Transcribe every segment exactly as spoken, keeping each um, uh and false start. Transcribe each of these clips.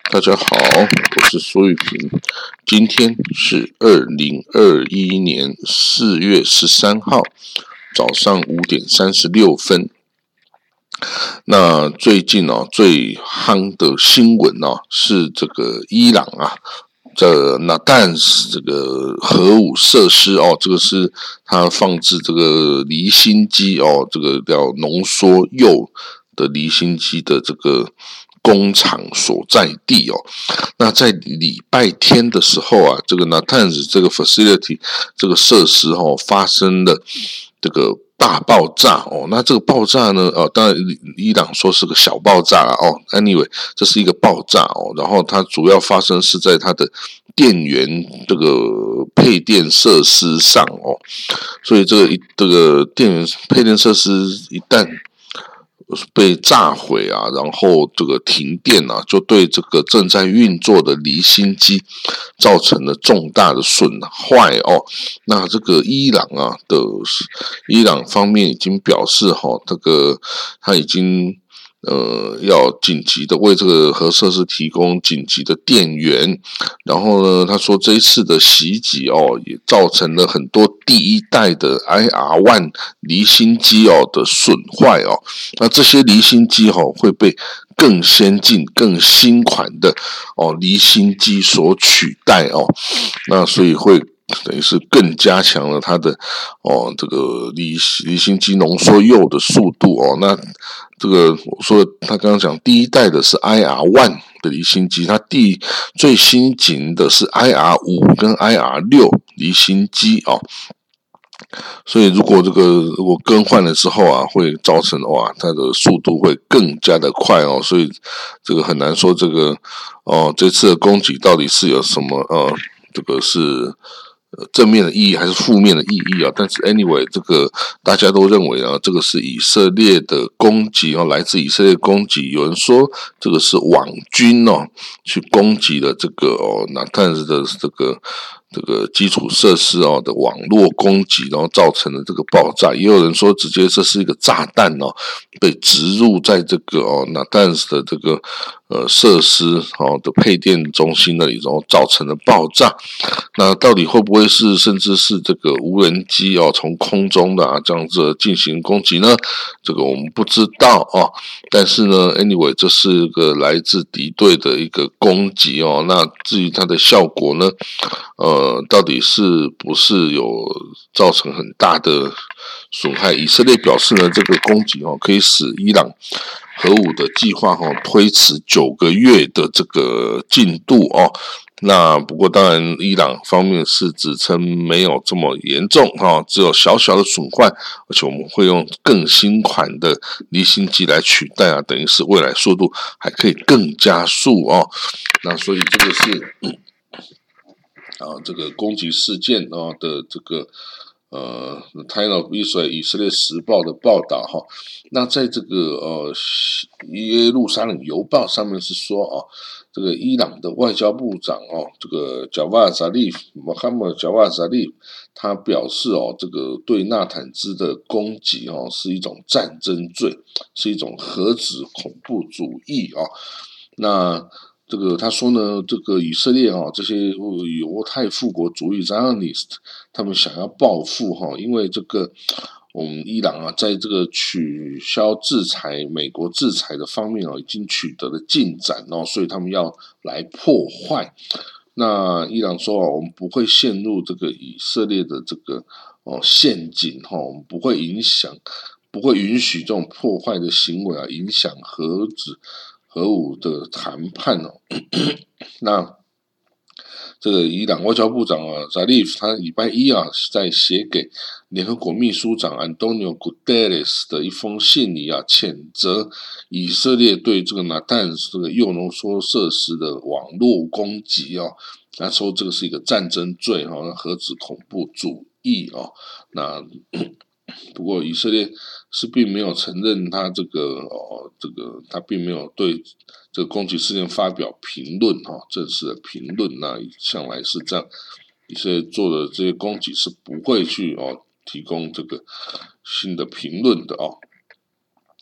大家好，我是苏玉平。今天是二零二一年四月十三号早上五点三十六分。那最近啊，最夯的新闻啊，是这个伊朗啊，这 Natanz 这个核武设施哦，这个是它放置这个离心机哦，这个叫浓缩铀的离心机的这个工厂所在地哦。那在礼拜天的时候啊，这个 Natanz 这个 facility 这个设施哦，发生了这个大爆炸哦。那这个爆炸呢，呃、哦，当然伊朗说是个小爆炸啦哦。Anyway， 这是一个爆炸哦，然后它主要发生是在它的电源这个配电设施上哦，所以这个一这个电源配电设施一旦被炸毁啊，然后这个停电啊，就对这个正在运作的离心机造成了重大的损坏哦。那这个伊朗啊的伊朗方面已经表示哈、哦，这个他已经呃要紧急的为这个核设施提供紧急的电源。然后呢，他说这一次的袭击哦，也造成了很多第一代的 I R 一 离心机哦的损坏哦。那这些离心机哦会被更先进、更新款的哦离心机所取代哦。那所以会等于是更加强了它的哦这个离离心机浓缩铀的速度哦。那这个我说的他刚刚讲第一代的是 I R 一 的离心机，它第最新型的是 I R 五 跟 I R 六 离心机哦。所以如果这个如果更换了之后啊，会造成哇它的速度会更加的快哦。所以这个很难说这个哦这次的攻击到底是有什么呃这个是呃正面的意义还是负面的意义啊？但是 anyway 这个大家都认为啊，这个是以色列的攻击哦，来自以色列攻击。有人说这个是网军哦去攻击了这个哦Natanz的这个。这个基础设施哦的网络攻击，然后造成了这个爆炸。也有人说，直接这是一个炸弹哦，被植入在这个哦Natanz的这个呃设施哦的配电中心那里，然后造成了爆炸。那到底会不会是，甚至是这个无人机哦从空中的啊这样子进行攻击呢？这个我们不知道哦。但是呢 ，anyway， 这是一个来自敌对的一个攻击哦。那至于它的效果呢，呃。呃，到底是不是有造成很大的损害？以色列表示呢，这个攻击哦，可以使伊朗核武的计划哦推迟九个月的这个进度哦。那不过当然，伊朗方面是指称没有这么严重哈，只有小小的损坏，而且我们会用更新款的离心机来取代啊，等于是未来速度还可以更加速哦。那所以这个是。嗯啊，这个攻击事件啊的这个呃 ，Times of Israel 以色列时报的报道哈，那在这个呃耶路撒冷邮报上面是说啊，这个伊朗的外交部长哦，这个 Javad Zarif Mohammad Javad Zarif 他表示哦，这个对纳坦兹的攻击哦是一种战争罪，是一种核子恐怖主义啊，那。这个他说呢，这个以色列啊，这些犹太复国主义 Zionist， 他们想要报复哈，因为这个我们伊朗啊，在这个取消制裁、美国制裁的方面哦，已经取得了进展哦，所以他们要来破坏。那伊朗说啊，我们不会陷入这个以色列的这个哦陷阱哈，我们不会影响，不会允许这种破坏的行为啊，影响核子。核武的谈判哦，那这个伊朗外交部长啊 Zarif 他礼拜一啊在写给联合国秘书长 Antonio Guterres 的一封信里啊，谴责以色列对这个 Natanz 这个铀浓缩设施的网络攻击哦，他说这个是一个战争罪哈、哦，核子恐怖主义哦，那。不过以色列是并没有承认他这个哦，这个他并没有对这个攻击事件发表评论哈、哦，正式的评论。那向来是这样，以色列做的这些攻击是不会去哦提供这个新的评论的哦。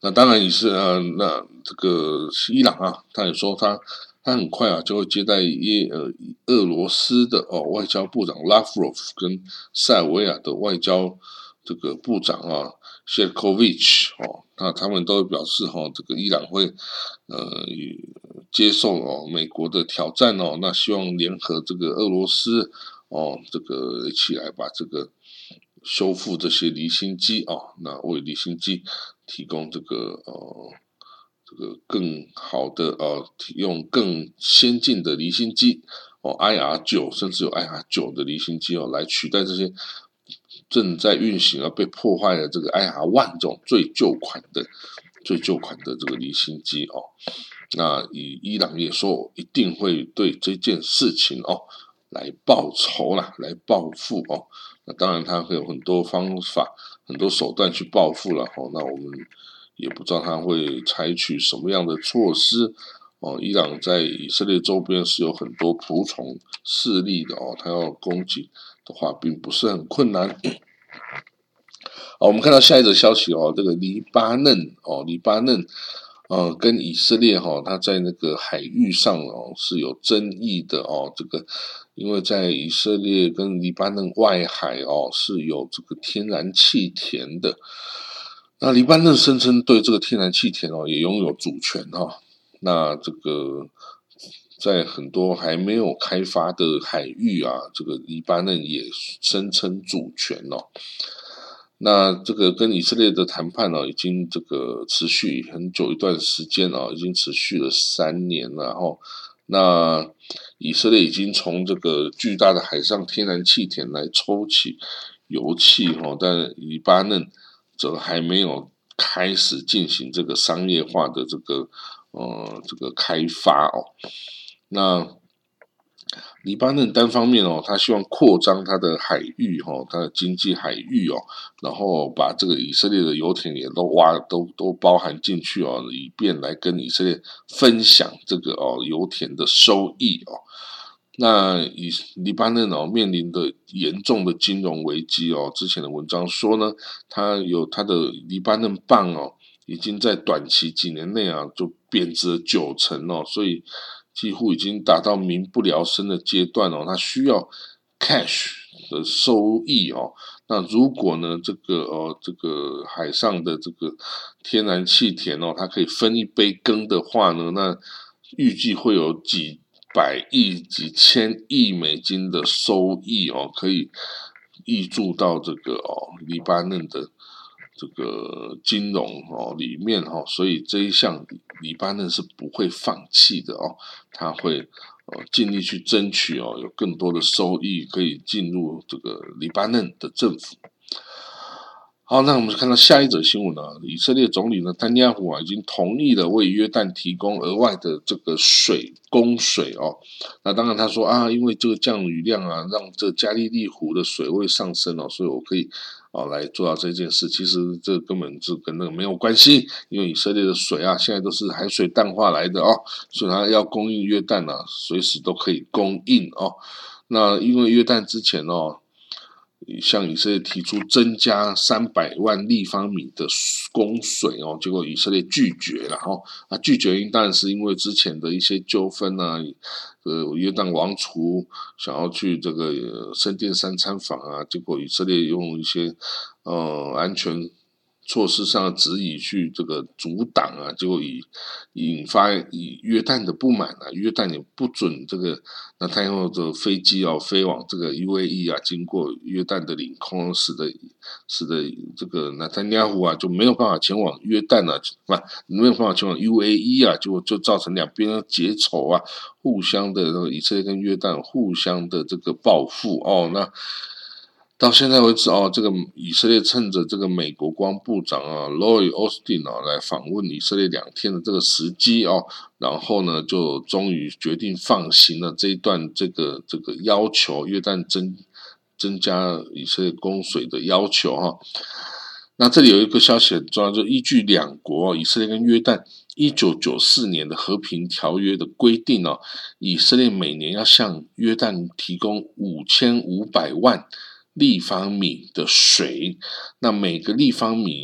那当然也是呃，那这个伊朗啊，他也说他他很快啊就会接待耶呃俄罗斯的哦外交部长 Lavrov 跟塞尔维亚的外交这个部长啊 Shevkovich 哦，那他们都表示哈、哦，这个伊朗会呃接受哦美国的挑战哦，那希望联合这个俄罗斯哦，这个一起来把这个修复这些离心机哦，那为离心机提供这个呃这个更好的呃用更先进的离心机哦 I R 九 甚至有 I R 九 的离心机哦来取代这些正在运行而被破坏的这个 I R 一 这种最旧款的最旧款的这个离心机哦。那以伊朗也说一定会对这件事情哦来报仇啦，来报复哦。那当然他会有很多方法、很多手段去报复了哦。那我们也不知道他会采取什么样的措施哦。伊朗在以色列周边是有很多仆从势力的哦，他要攻击的话并不是很困难。好，我们看到下一则消息哦，这个黎巴嫩哦，黎巴嫩呃跟以色列哈、哦，它在那个海域上哦是有争议的哦，这个因为在以色列跟黎巴嫩外海哦是有这个天然气田的，那黎巴嫩声称对这个天然气田哦也拥有主权哈、哦，那这个在很多还没有开发的海域啊，这个黎巴嫩也声称主权哦。那这个跟以色列的谈判呢、哦，已经这个持续很久一段时间啊、哦，已经持续了三年了。然后，那以色列已经从这个巨大的海上天然气田来抽起油气哈、哦，但黎巴嫩则还没有开始进行这个商业化的这个呃这个开发哦。那黎巴嫩单方面哦，他希望扩张他的海域哦，他的经济海域哦，然后把这个以色列的油田也都挖都都包含进去哦，以便来跟以色列分享这个哦油田的收益哦。那以黎巴嫩哦面临的严重的金融危机哦，之前的文章说呢，它有它的黎巴嫩镑哦，已经在短期几年内啊就贬值了九成哦，所以几乎已经达到民不聊生的阶段哦，它需要 cash 的收益哦。那如果呢，这个哦，这个海上的这个天然气田哦，它可以分一杯羹的话呢，那预计会有几百亿、几千亿美金的收益哦，可以挹注到这个哦黎巴嫩的这个金融哦里面哦，所以这一项黎巴嫩是不会放弃的哦，他会呃尽力去争取哦，有更多的收益可以进入这个黎巴嫩的政府。好，那我们看到下一则新闻呢，以色列总理呢丹尼亚胡啊已经同意了为约旦提供额外的这个水供水哦。那当然他说啊，因为这个降雨量啊，让这加利利湖的水位上升哦，所以我可以哦来做到这件事。其实这根本就跟那个没有关系，因为以色列的水啊现在都是海水淡化来的哦，所以它要供应约旦啊，随时都可以供应哦。那因为约旦之前哦。向以色列提出增加三百万立方米的供水哦，结果以色列拒绝了哦。啊，拒绝当然是因为之前的一些纠纷啊，呃，约旦王储想要去这个、呃、圣殿山参访啊，结果以色列用一些呃安全措施上的指引去这个阻挡啊，结果以引发以约旦的不满啊，约旦也不准这个那太后的飞机哦飞往这个 U A E 啊，经过约旦的领空，使得使得这个纳坦雅胡啊就没有办法前往约旦啊，不没有办法前往 U A E 啊，就就造成两边结仇啊，互相的那个以色列跟约旦互相的这个报复哦，那。到现在为止哦，这个以色列趁着这个美国国防部长啊 Lloyd Austin 啊来访问以色列两天的这个时机哦，然后呢就终于决定放行了这一段这个这个要求，约旦增增加以色列供水的要求哈、哦。那这里有一个消息很重要，就依据两国以色列跟约旦一九九四年的和平条约的规定哦，以色列每年要向约旦提供五千五百万立方米的水，那每个立方米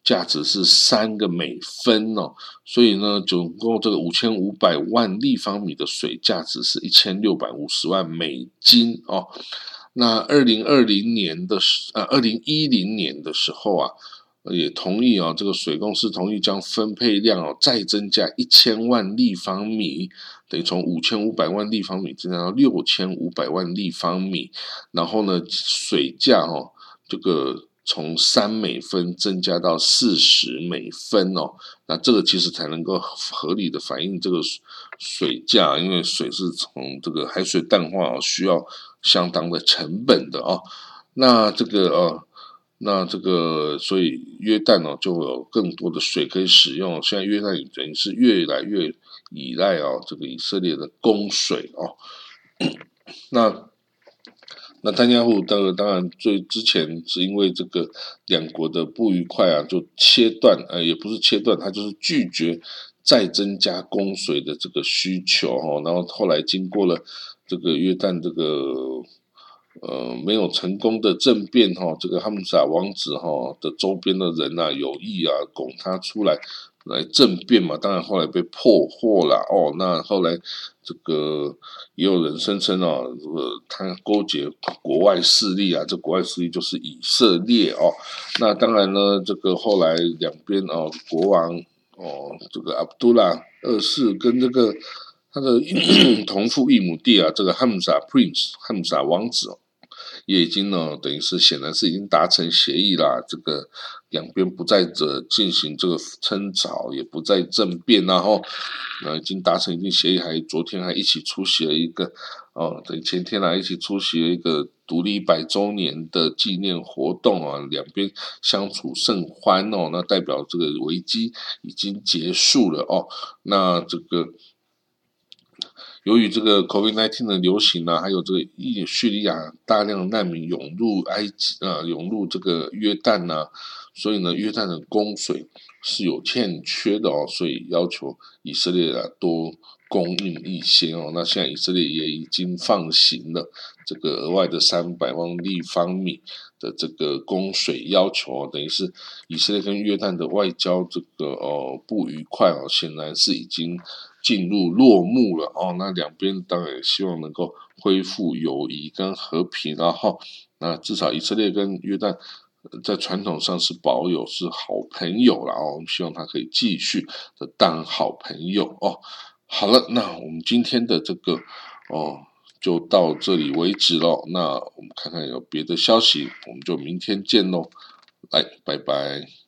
价值是三个美分哦，所以呢，总共这个五千五百万立方米的水价值是一千六百五十万美金哦。那二零二零年的呃二零一零年的时候啊，也同意哦，这个水公司同意将分配量哦再增加一千万立方米，等于从五千五百万立方米增加到六千五百万立方米，然后呢，水价哦这个从三美分增加到四十美分哦，那这个其实才能够合理的反映这个水价，因为水是从这个海水淡化哦，需要相当的成本的哦。那这个呃，那这个所以约旦哦就有更多的水可以使用。现在约旦等于是越来越依赖哦这个以色列的供水哦。那那丹加户当然当然最之前是因为这个两国的不愉快啊，就切断呃也不是切断，他就是拒绝再增加供水的这个需求哦，然后后来经过了这个约旦这个呃没有成功的政变哈、哦，这个哈姆萨王子哈、哦、的周边的人啊有意啊拱他出来来政变嘛，当然后来被破获了哦。那后来这个也有人声称哦，这个他勾结国外势力啊，这国外势力就是以色列哦。那当然呢，这个后来两边哦，国王哦，这个阿卜杜拉二世跟这个他的同父异母弟啊，这个哈姆萨 Prince 哈姆萨王子哦，也已经呢，等于是显然是已经达成协议啦。这个两边不再者进行这个争吵，也不再政变，然后呃已经达成一定协议，还昨天还一起出席了一个哦，等前天啊一起出席了一个独立百周年的纪念活动啊，两边相处甚欢哦，那代表这个危机已经结束了哦。那这个。由于这个 COVID 十九 的流行啊，还有这个叙利亚大量难民涌入埃及啊，涌入这个约旦啊，所以呢，约旦的供水是有欠缺的哦，所以要求以色列啊多供应一些哦。那现在以色列也已经放行了这个额外的三百万立方米的这个供水要求哦，等于是以色列跟约旦的外交这个哦不愉快哦，显然是已经进入落幕了哦。那两边当然也希望能够恢复友谊跟和平，然后那至少以色列跟约旦在传统上是保有是好朋友啦哦，我们希望他可以继续的当好朋友哦。好了，那我们今天的这个哦就到这里为止咯。那我们看看有别的消息，我们就明天见咯。来，拜拜。